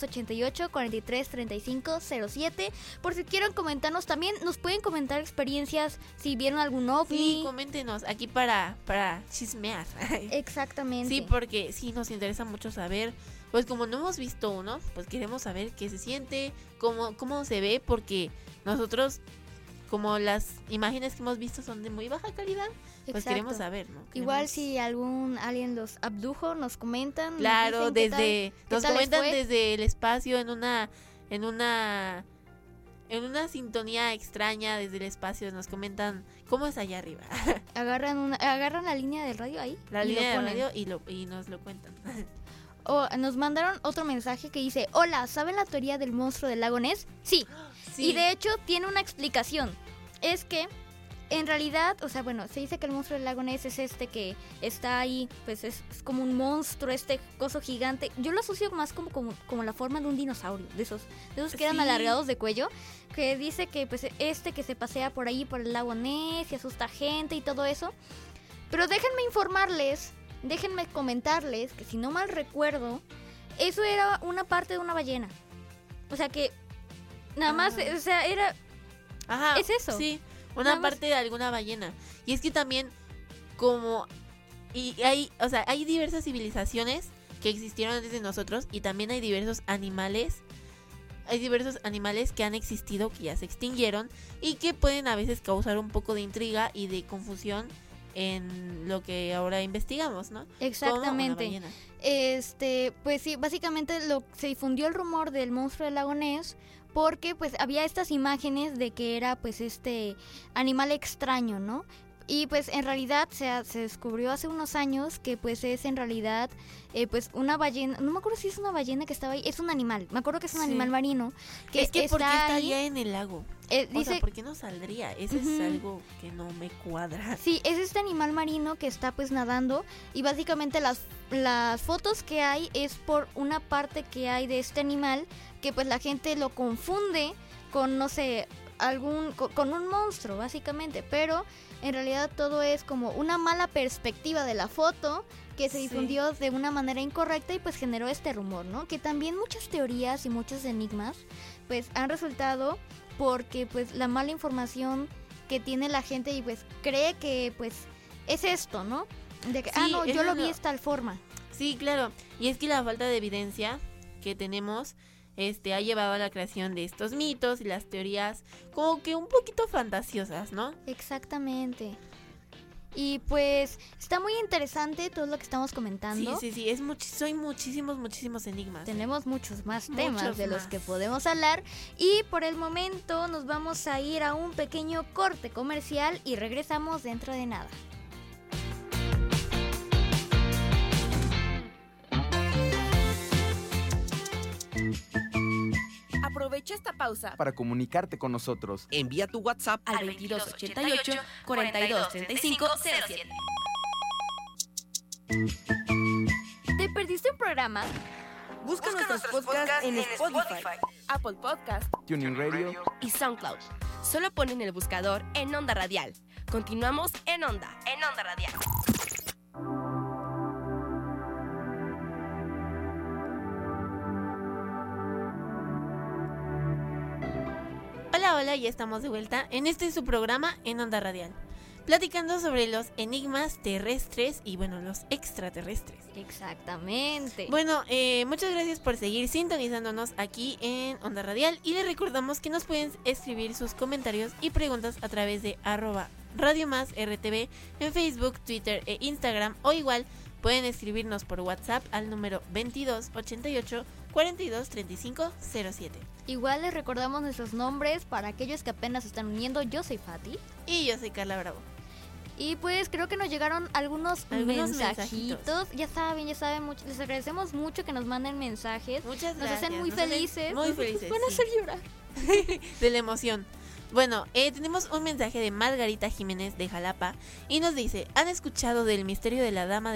2288-433507. Por si quieren comentarnos también, nos pueden comentar experiencias, si vieron algún ovni. Sí, coméntenos aquí para chismear. Exactamente. Sí, porque sí nos interesa mucho saber, pues como no hemos visto uno, pues queremos saber qué se siente, cómo se ve, porque nosotros, como las imágenes que hemos visto son de muy baja calidad, pues Exacto. queremos saber, ¿no? Igual si algún alien los abdujo, nos comentan. Claro, nos dicen nos qué tal les comentan fue. desde el espacio en una sintonía extraña desde el espacio, nos comentan cómo es allá arriba. Agarran la línea del radio ahí. La y línea lo de ponen. radio y nos lo cuentan. Nos mandaron otro mensaje que dice, hola, ¿saben la teoría del monstruo del lago Ness? Sí. Y de hecho tiene una explicación. Es que en realidad, o sea, bueno, se dice que el monstruo del lago Ness es que está ahí, pues es como un monstruo, coso gigante. Yo lo asocio más como la forma de un dinosaurio, de esos que eran alargados de cuello, que dice que pues que se pasea por ahí por el lago Ness y asusta gente y todo eso. Pero déjenme comentarles que si no mal recuerdo, eso era una parte de una ballena. O sea que nada más, o sea, era... Ajá, es eso. Sí, una Nada más. parte de alguna ballena. Y es que también hay diversas civilizaciones que existieron antes de nosotros y también hay diversos animales. Hay diversos animales que han existido, que ya se extinguieron y que pueden a veces causar un poco de intriga y de confusión en lo que ahora investigamos, ¿no? Exactamente. Como una ballena. Pues sí, básicamente se difundió el rumor del monstruo del lago Ness porque pues había estas imágenes de que era pues animal extraño, ¿no? Y pues en realidad se descubrió hace unos años que pues es en realidad pues una ballena, no me acuerdo si es una ballena que estaba ahí, es un animal, me acuerdo que es un animal marino que es que ¿por qué está ahí. estaría en el lago? O sea, ¿por qué no saldría? Eso es algo que no me cuadra. Sí, es este animal marino que está pues nadando y básicamente las fotos que hay es por una parte que hay de este animal que pues la gente lo confunde con, no sé, con un monstruo básicamente, pero en realidad todo es como una mala perspectiva de la foto que se difundió de una manera incorrecta y pues generó este rumor, ¿no? Que también muchas teorías y muchos enigmas pues han resultado porque pues la mala información que tiene la gente y pues cree que pues es esto, ¿no? De que, yo lo vi de tal forma. Sí, claro. Y es que la falta de evidencia que tenemos ha llevado a la creación de estos mitos y las teorías como que un poquito fantasiosas, ¿no? Exactamente. Y pues está muy interesante todo lo que estamos comentando. Sí, soy muchísimos enigmas. Tenemos muchos más Muchos temas de los más. que podemos hablar. Y por el momento nos vamos a ir a un pequeño corte comercial y regresamos dentro de nada. Aprovecha esta pausa. Para comunicarte con nosotros. Envía tu WhatsApp Al 2288 4235 07. ¿Te perdiste un programa? Busca nuestros podcasts en Spotify, Apple Podcast Tuning Radio. Y SoundCloud. Solo pon en el buscador En Onda Radial. Continuamos en Onda Radial. Hola, ya estamos de vuelta en su programa En Onda Radial, platicando sobre los enigmas terrestres y bueno, los extraterrestres. Exactamente. Bueno, muchas gracias por seguir sintonizándonos aquí en Onda Radial y les recordamos que nos pueden escribir sus comentarios y preguntas a través de @RadioMásRTV en Facebook, Twitter e Instagram, o igual pueden escribirnos por WhatsApp al número 2288 423507. Igual les recordamos nuestros nombres para aquellos que apenas se están uniendo. Yo soy Fati. Y yo soy Carla Bravo. Y pues creo que nos llegaron algunos mensajitos. Ya saben, les agradecemos mucho que nos manden mensajes. Muchas Nos gracias. hacen muy felices. Muy felices. Van a sí. hacer llorar. De la emoción. Bueno, tenemos un mensaje de Margarita Jiménez de Jalapa y nos dice: ¿han escuchado del misterio de la dama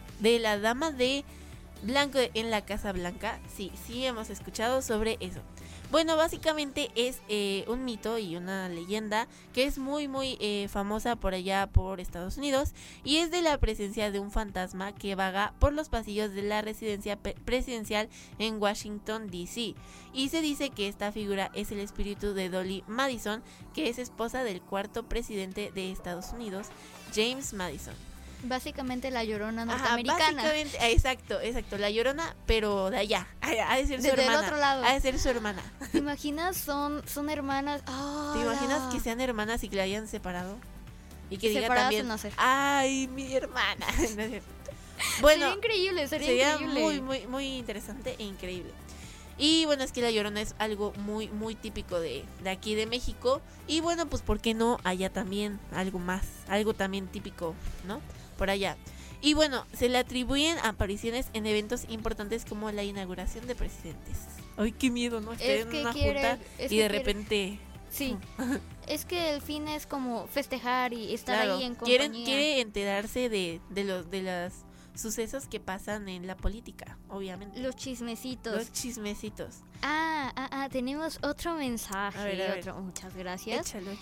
de Blanco en la Casa Blanca? Sí hemos escuchado sobre eso. Bueno, básicamente es un mito y una leyenda que es muy famosa por allá por Estados Unidos, y es de la presencia de un fantasma que vaga por los pasillos de la residencia presidencial en Washington, D.C. Y se dice que esta figura es el espíritu de Dolly Madison, que es esposa del cuarto presidente de Estados Unidos, James Madison. Básicamente la Llorona norteamericana. Básicamente, exacto, la Llorona, pero de allá. Ha de ser su Desde el hermana. otro lado. Ha de ser su hermana. ¿Te imaginas? Son hermanas. Oh, ¿Te imaginas que sean hermanas y que la hayan separado? Y que diga separadas también, en nacer. ¡ay, mi hermana! Bueno, sería increíble, sería increíble. muy interesante e increíble. Y bueno, es que la Llorona es algo muy típico de aquí de México. Y bueno, pues ¿por qué no haya también algo también típico, ¿no? Por allá. Y bueno, se le atribuyen apariciones en eventos importantes como la inauguración de presidentes. Ay, qué miedo, ¿no? Estar en una junta y de repente... Sí, es que el fin es como festejar y estar Claro, ahí en compañía. quiere enterarse de los sucesos que pasan en la política, obviamente. Los chismecitos. Los chismecitos. Tenemos otro mensaje. A ver. Muchas gracias. Échalo.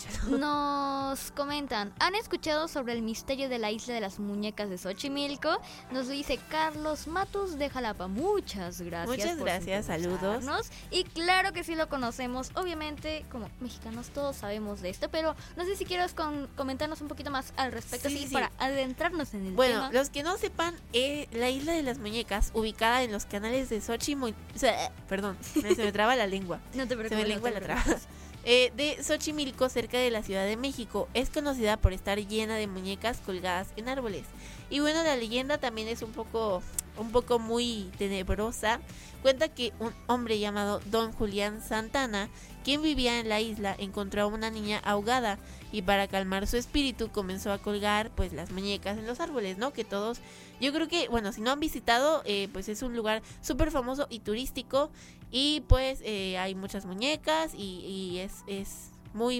Nos comentan: ¿han escuchado sobre el misterio de la isla de las muñecas de Xochimilco? Nos dice Carlos Matus de Jalapa. Muchas gracias. Muchas por gracias, saludos. sintonizarnos. Y claro que sí lo conocemos. Obviamente, como mexicanos todos sabemos de esto, pero no sé si quieres comentarnos un poquito más al respecto, Sí. para adentrarnos en el Bueno, tema. los que no sepan, la isla de las muñecas, ubicada en los canales de Xochimilco, perdón, se me traba la lengua. No te preocupes. Se me lengua la traba. De Xochimilco, cerca de la Ciudad de México, es conocida por estar llena de muñecas colgadas en árboles. Y bueno, la leyenda también es un poco muy tenebrosa. Cuenta que un hombre llamado Don Julián Santana, quien vivía en la isla, encontró a una niña ahogada, y para calmar su espíritu comenzó a colgar pues las muñecas en los árboles, ¿no? Que todos, yo creo que, bueno, si no han visitado, pues es un lugar súper famoso y turístico, y pues hay muchas muñecas y es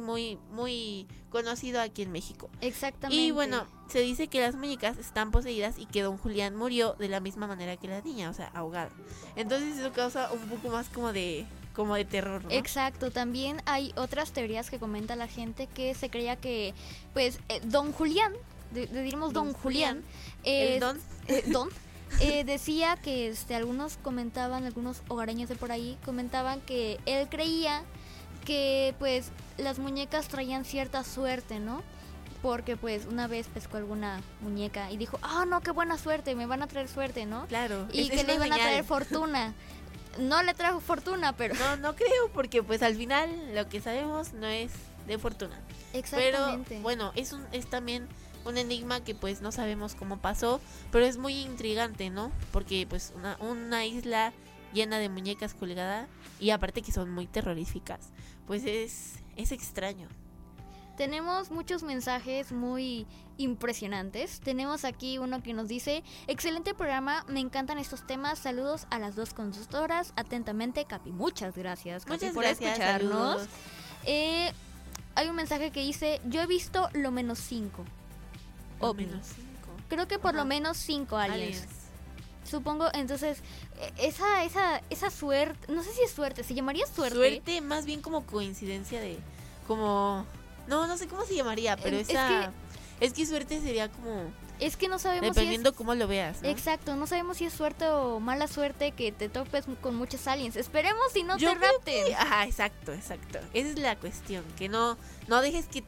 muy conocido aquí en México. Exactamente. Y bueno, se dice que las muñecas están poseídas y que Don Julián murió de la misma manera que la niña, o sea, ahogada. Entonces eso causa un poco más como de terror, ¿no? Exacto, también hay otras teorías que comenta la gente, que se creía que, pues, Don Julián, diríamos Don Julián, el Don. Don decía que algunos hogareños de por ahí comentaban que él creía que pues las muñecas traían cierta suerte, ¿no? Porque pues una vez pescó alguna muñeca y dijo, no, qué buena suerte, me van a traer suerte, ¿no? Claro. Y que le iban a traer fortuna. No le trajo fortuna, pero... No creo, porque pues al final lo que sabemos no es de fortuna. Exactamente. Pero bueno, es también un enigma que pues no sabemos cómo pasó, pero es muy intrigante, ¿no? Porque pues una isla llena de muñecas colgadas y aparte que son muy terroríficas, pues es extraño. Tenemos muchos mensajes muy impresionantes. Tenemos aquí uno que nos dice: excelente programa, me encantan estos temas, saludos a las dos conductoras, atentamente Capi. Muchas gracias, Capi, Muchas por gracias, escucharnos. saludos. Hay un mensaje que dice: yo he visto lo menos 5 ovnis. Menos 5. Creo que por lo menos 5 aliens. Supongo, entonces, esa suerte, no sé si es suerte, ¿se llamaría suerte? Suerte, más bien como coincidencia de, como, no sé cómo se llamaría, pero es que suerte sería como, es que no sabemos dependiendo si es, cómo lo veas, ¿no? Exacto, no sabemos si es suerte o mala suerte que te topes con muchos aliens. Esperemos y no Yo te creo rapten. Exacto. Esa es la cuestión, que no dejes que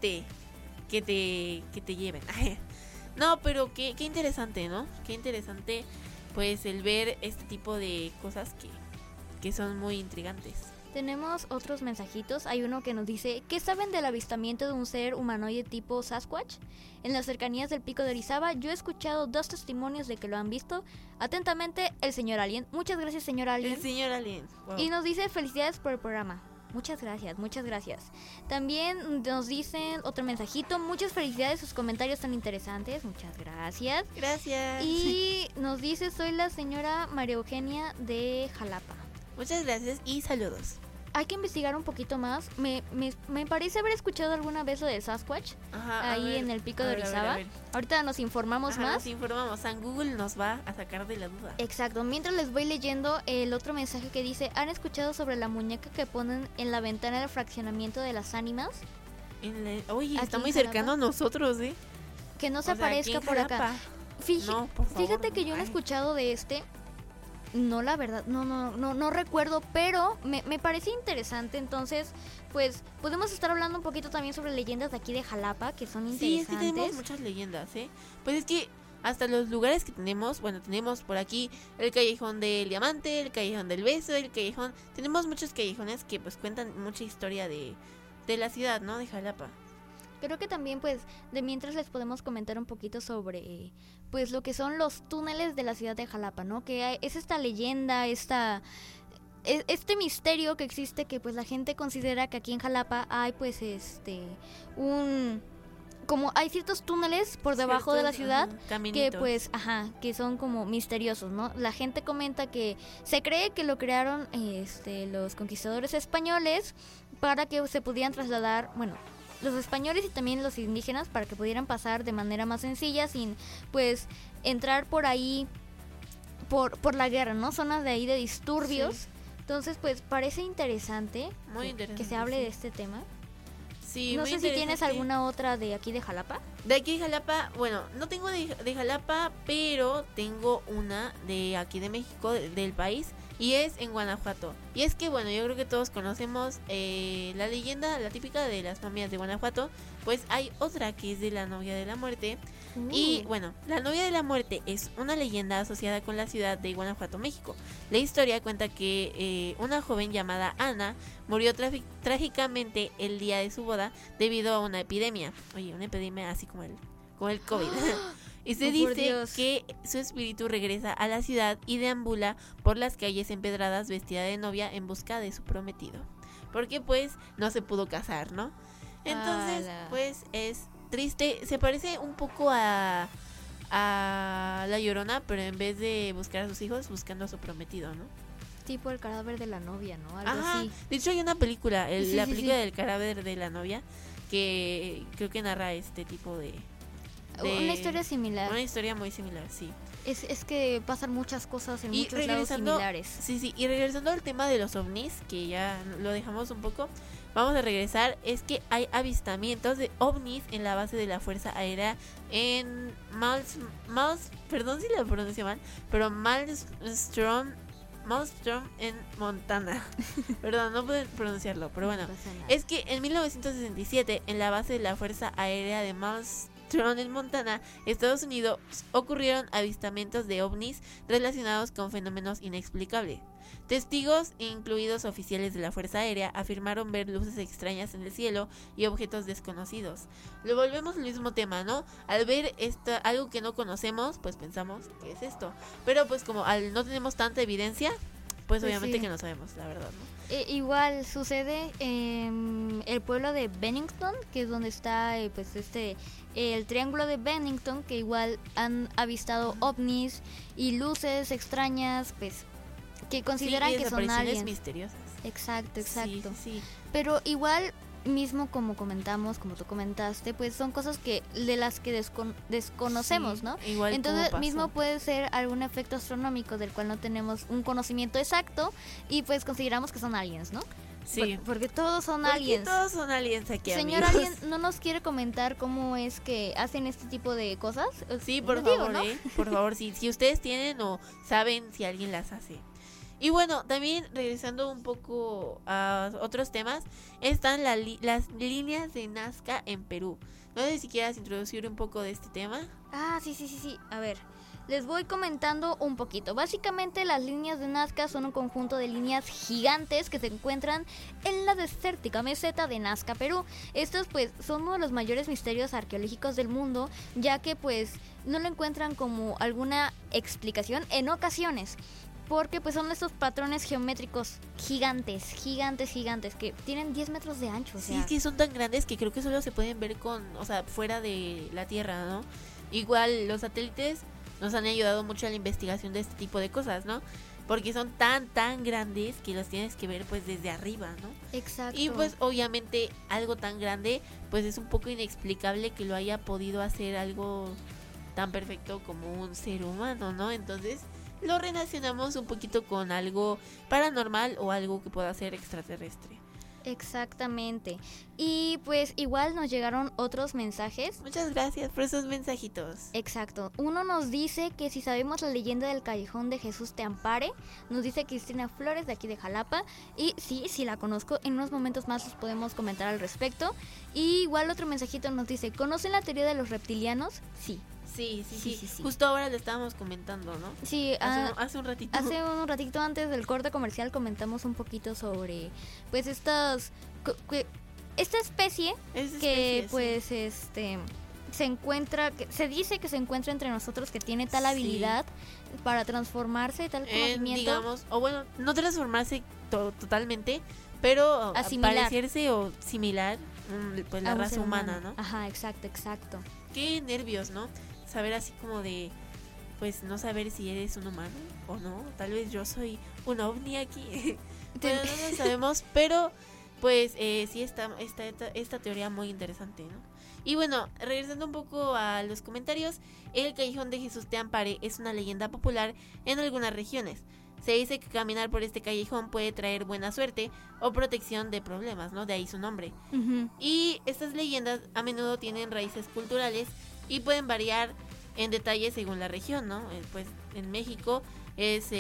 te lleven. No, pero qué interesante, ¿no? Qué interesante, pues, el ver este tipo de cosas que son muy intrigantes. Tenemos otros mensajitos. Hay uno que nos dice: ¿qué saben del avistamiento de un ser humanoide tipo Sasquatch en las cercanías del pico de Orizaba? Yo he escuchado 2 testimonios de que lo han visto. Atentamente, el señor Alien. Muchas gracias, señor Alien. El señor Alien. Wow. Y nos dice: felicidades por el programa. Muchas gracias, muchas gracias. También nos dicen otro mensajito: muchas felicidades, sus comentarios tan interesantes. Muchas gracias. Gracias. Y nos dice: soy la señora María Eugenia de Jalapa. Muchas gracias y saludos. Hay que investigar un poquito más. Me parece haber escuchado alguna vez lo del Sasquatch. Ajá, ahí en el pico de Orizaba. A ver. Ahorita nos informamos más. Nos informamos. San Google nos va a sacar de la duda. Exacto. Mientras les voy leyendo el otro mensaje que dice: ¿han escuchado sobre la muñeca que ponen en la ventana del fraccionamiento de las ánimas? Oye, Aquí está muy en Jalapa. cercano a nosotros, ¿eh? Que no se O sea, aparezca aquí en por acá. Jalapa. No, por favor, Fíjate que yo no he ay. escuchado de este. No, la verdad, no recuerdo, pero me parece interesante. Entonces, pues, podemos estar hablando un poquito también sobre leyendas de aquí de Jalapa, que son Sí, es interesantes. que tenemos muchas leyendas, ¿eh? Pues es que hasta los lugares que tenemos, bueno, tenemos por aquí el Callejón del Diamante, el Callejón del Beso, tenemos muchos callejones que pues cuentan mucha historia de la ciudad, ¿no? De Jalapa. Creo que también, pues, de mientras les podemos comentar un poquito sobre, pues, lo que son los túneles de la ciudad de Jalapa, ¿no? Que es esta leyenda, este misterio que existe, que pues la gente considera que aquí en Jalapa hay, pues, como hay ciertos túneles por debajo de la ciudad que pues que son como misteriosos, ¿no? La gente comenta que se cree que lo crearon los conquistadores españoles para que se pudieran trasladar, bueno, los españoles y también los indígenas, para que pudieran pasar de manera más sencilla sin pues entrar por ahí por la guerra, ¿no? Zonas de ahí de disturbios. Sí. Entonces, pues parece interesante, muy interesante que se hable de este tema. Sí, no sé si tienes alguna otra de aquí de Jalapa. De aquí de Jalapa, bueno, no tengo de Jalapa, pero tengo una de aquí de México, del país, y es en Guanajuato. Y es que, bueno, yo creo que todos conocemos la leyenda, la típica de las momias de Guanajuato. Pues hay otra que es de la novia de la muerte. Y bueno, la novia de la muerte es una leyenda asociada con la ciudad de Guanajuato, México. La historia cuenta que una joven llamada Ana murió trágicamente el día de su boda debido a una epidemia. Oye, una epidemia así como el COVID. Y se dice que su espíritu regresa a la ciudad y deambula por las calles empedradas vestida de novia en busca de su prometido. Porque pues no se pudo casar, ¿no? Entonces, pues es triste. Se parece un poco a La Llorona, pero en vez de buscar a sus hijos, buscando a su prometido, ¿no? Tipo el cadáver de la novia, ¿no? Algo así. De hecho hay una película, la película del cadáver de la novia, que creo que narra este tipo de una historia similar. Una historia muy similar, sí. Es que pasan muchas cosas en muchos lados similares. Sí, y regresando al tema de los ovnis, que ya lo dejamos un poco, vamos a regresar. Es que hay avistamientos de ovnis en la base de la Fuerza Aérea en perdón si la pronuncio mal, pero Malmstrom en Montana. Perdón, no puedo pronunciarlo, pero bueno. Es que en 1967, en la base de la Fuerza Aérea de Malmstrom en Montana, Estados Unidos, ocurrieron avistamientos de ovnis relacionados con fenómenos inexplicables. Testigos, incluidos oficiales de la Fuerza Aérea, afirmaron ver luces extrañas en el cielo y objetos desconocidos. Lo volvemos al mismo tema, ¿no? Al ver algo que no conocemos, pues pensamos que es esto. Pero pues como no tenemos tanta evidencia, pues obviamente sí, que no sabemos, la verdad, ¿no? Igual sucede en el pueblo de Bennington, que es donde está pues el triángulo de Bennington, que igual han avistado ovnis y luces extrañas, pues que consideran que son aliens misteriosas. Exacto. Sí. Pero igual mismo como tú comentaste, pues son cosas de las que desconocemos, Sí, ¿no? igual Entonces mismo puede ser algún efecto astronómico del cual no tenemos un conocimiento exacto y pues consideramos que son aliens, ¿no? Sí. Porque todos son aliens. Todos son aliens aquí, Señor amigos. Alien, ¿no nos quiere comentar cómo es que hacen este tipo de cosas? Sí, por Digo, favor, ¿no? por favor, si ustedes tienen o saben si alguien las hace. Y bueno, también regresando un poco a otros temas, están las líneas de Nazca en Perú. No sé si quieras introducir un poco de este tema. Ah, sí. A ver, les voy comentando un poquito. Básicamente las líneas de Nazca son un conjunto de líneas gigantes que se encuentran en la desértica meseta de Nazca, Perú. Estos pues son uno de los mayores misterios arqueológicos del mundo, ya que pues no lo encuentran como alguna explicación en ocasiones. Porque pues son estos patrones geométricos gigantes, que tienen 10 metros de ancho. O sea. Sí, es que son tan grandes que creo que solo se pueden ver fuera de la Tierra, ¿no? Igual los satélites nos han ayudado mucho a la investigación de este tipo de cosas, ¿no? Porque son tan grandes que los tienes que ver pues desde arriba, ¿no? Exacto. Y pues obviamente algo tan grande pues es un poco inexplicable que lo haya podido hacer algo tan perfecto como un ser humano, ¿no? Entonces lo relacionamos un poquito con algo paranormal o algo que pueda ser extraterrestre. Exactamente. Y pues igual nos llegaron otros mensajes. Muchas gracias por esos mensajitos. Exacto. Uno nos dice que si sabemos la leyenda del Callejón de Jesús te ampare. Nos dice Cristina Flores de aquí de Jalapa. Y sí la conozco. En unos momentos más os podemos comentar al respecto. Y igual otro mensajito nos dice, ¿conocen la teoría de los reptilianos? Sí. Sí. Justo ahora lo estábamos comentando, ¿no? Sí, hace un ratito. Hace un ratito antes del corte comercial comentamos un poquito sobre pues esta especie que pues se encuentra, se dice que se encuentra entre nosotros, que tiene tal habilidad para transformarse, tal conocimiento. Digamos, o bueno, no transformarse totalmente, pero parecerse o similar pues la raza humana, ¿no? Ajá, exacto. Qué nervios, ¿no? Saber así como de, pues no saber si eres un humano o no. Tal vez yo soy un ovni aquí. Bueno, no lo sabemos, pero pues sí está esta teoría muy interesante, ¿no? Y bueno, regresando un poco a los comentarios, el Callejón de Jesús te ampare es una leyenda popular en algunas regiones. Se dice que caminar por este callejón puede traer buena suerte o protección de problemas, ¿no? De ahí su nombre. Uh-huh. Y estas leyendas a menudo tienen raíces culturales y pueden variar en detalle según la región, ¿no? Pues en México es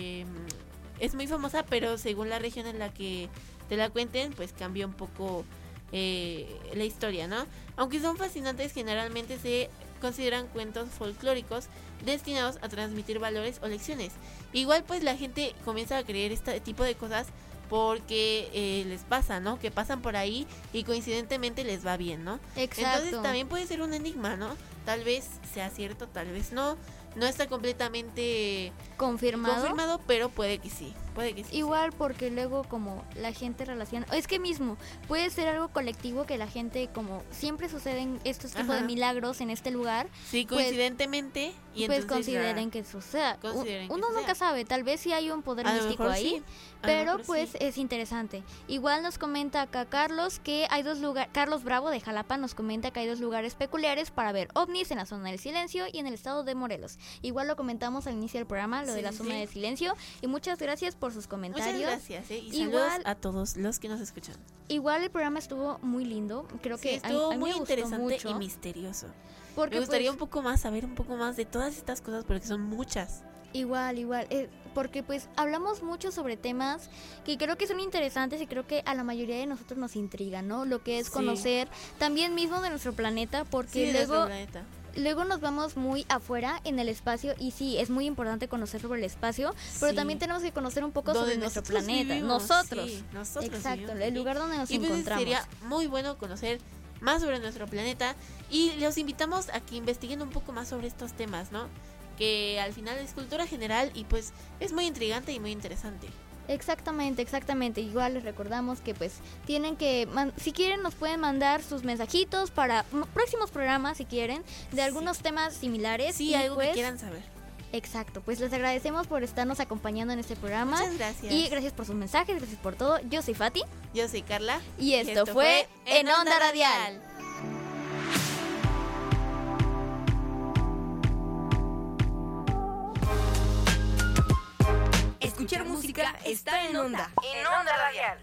muy famosa, pero según la región en la que te la cuenten, pues cambia un poco la historia, ¿no? Aunque son fascinantes, generalmente se consideran cuentos folclóricos destinados a transmitir valores o lecciones. Igual pues la gente comienza a creer este tipo de cosas porque les pasa, ¿no? Que pasan por ahí y coincidentemente les va bien, ¿no? Exacto. Entonces también puede ser un enigma, ¿no? Tal vez sea cierto, tal vez no. No está completamente confirmado, pero puede que sí. Igual porque luego como la gente relaciona, es que mismo puede ser algo colectivo que la gente, como siempre suceden estos tipos de milagros en este lugar, sí, coincidentemente, y entonces consideren que suceda. Uno nunca sabe, tal vez sí hay un poder místico ahí, sí. Pero pues sí, es interesante. Igual nos comenta acá Carlos que hay dos lugares, Carlos Bravo de Jalapa nos comenta que hay dos lugares peculiares para ver ovnis en la zona del silencio y en el estado de Morelos. Igual lo comentamos al inicio del programa, lo de la zona del silencio, y muchas gracias por sus comentarios. Muchas gracias, y saludos a todos los que nos escuchan. Igual el programa estuvo muy lindo, creo que estuvo a mí muy me interesante mucho, y misterioso. Porque me gustaría un poco más saber un poco más de todas estas cosas porque son muchas. Igual, porque pues hablamos mucho sobre temas que creo que son interesantes y creo que a la mayoría de nosotros nos intrigan, ¿no? Lo que es conocer también mismo de nuestro planeta, porque luego luego nos vamos muy afuera en el espacio y sí, es muy importante conocer sobre el espacio, pero Sí. también tenemos que conocer un poco Donde sobre nuestro nosotros planeta, vivimos, nosotros. sí, nosotros Exacto, vivimos el aquí. lugar donde nos Y pues encontramos. sería muy bueno conocer más sobre nuestro planeta y los invitamos a que investiguen un poco más sobre estos temas, ¿no? Que al final es cultura general y pues es muy intrigante y muy interesante. Exactamente. Igual les recordamos que pues tienen que, si quieren nos pueden mandar sus mensajitos para próximos programas si quieren, de algunos temas similares. Sí, y algo pues, que quieran saber. Exacto, pues les agradecemos por estarnos acompañando en este programa. Muchas gracias. Y gracias por sus mensajes, gracias por todo. Yo soy Fati. Yo soy Carla. Y esto fue En Onda Radial. Escuchar música está en Onda. En Onda Radial.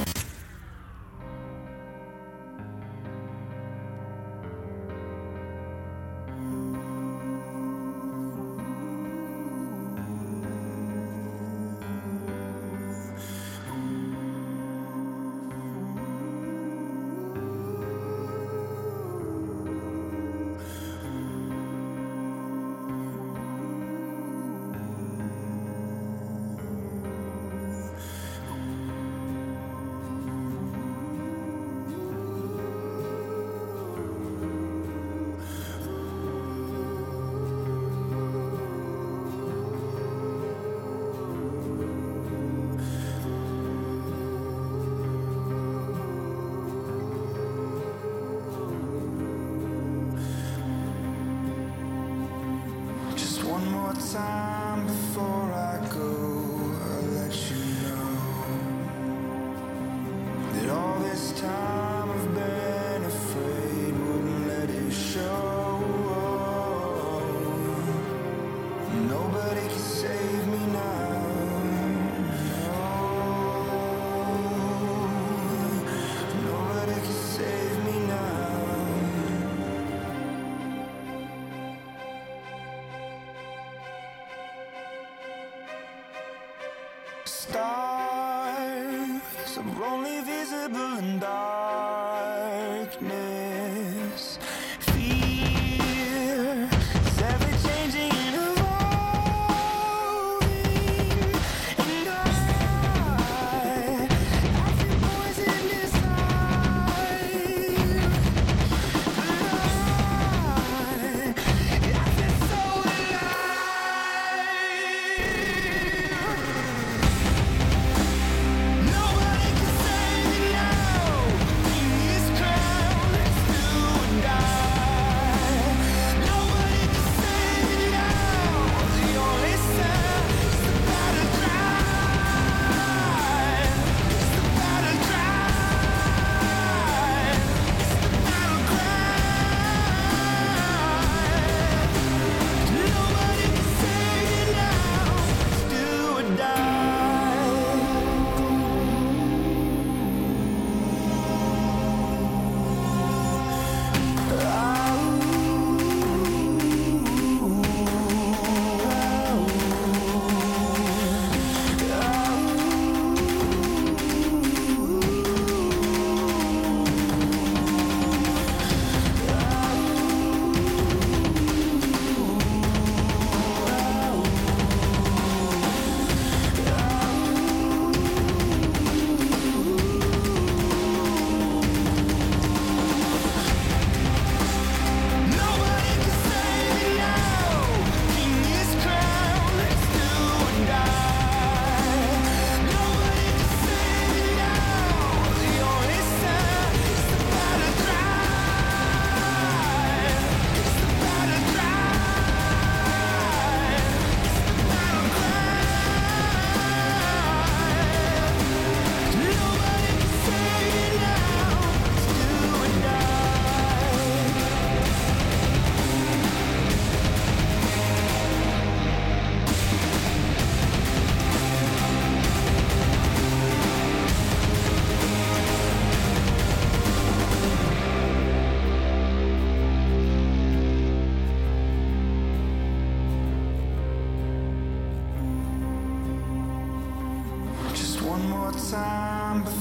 Just one more time before I go, I'll let you know that all this time I've been afraid wouldn't let it show. Nobody can save me now. No, nobody can save me now. Stars are only visible in darkness. Fear is ever changing and evolving. And I feel poison inside. But I feel so alive. Nobody can save me now. In this crowd, let's do or die. Nobody can save me now. The only sound is the battle cry. It's the battle cry. It's the battle cry. Nobody can save me now. Let's do or die. Nobody can save me now. In this crowd, let's do or die. Nobody can save me now. The only sound is the battle cry. It's the battle cry. It's the battle cry. Nobody can save me now. Let's do or die. Just one more time before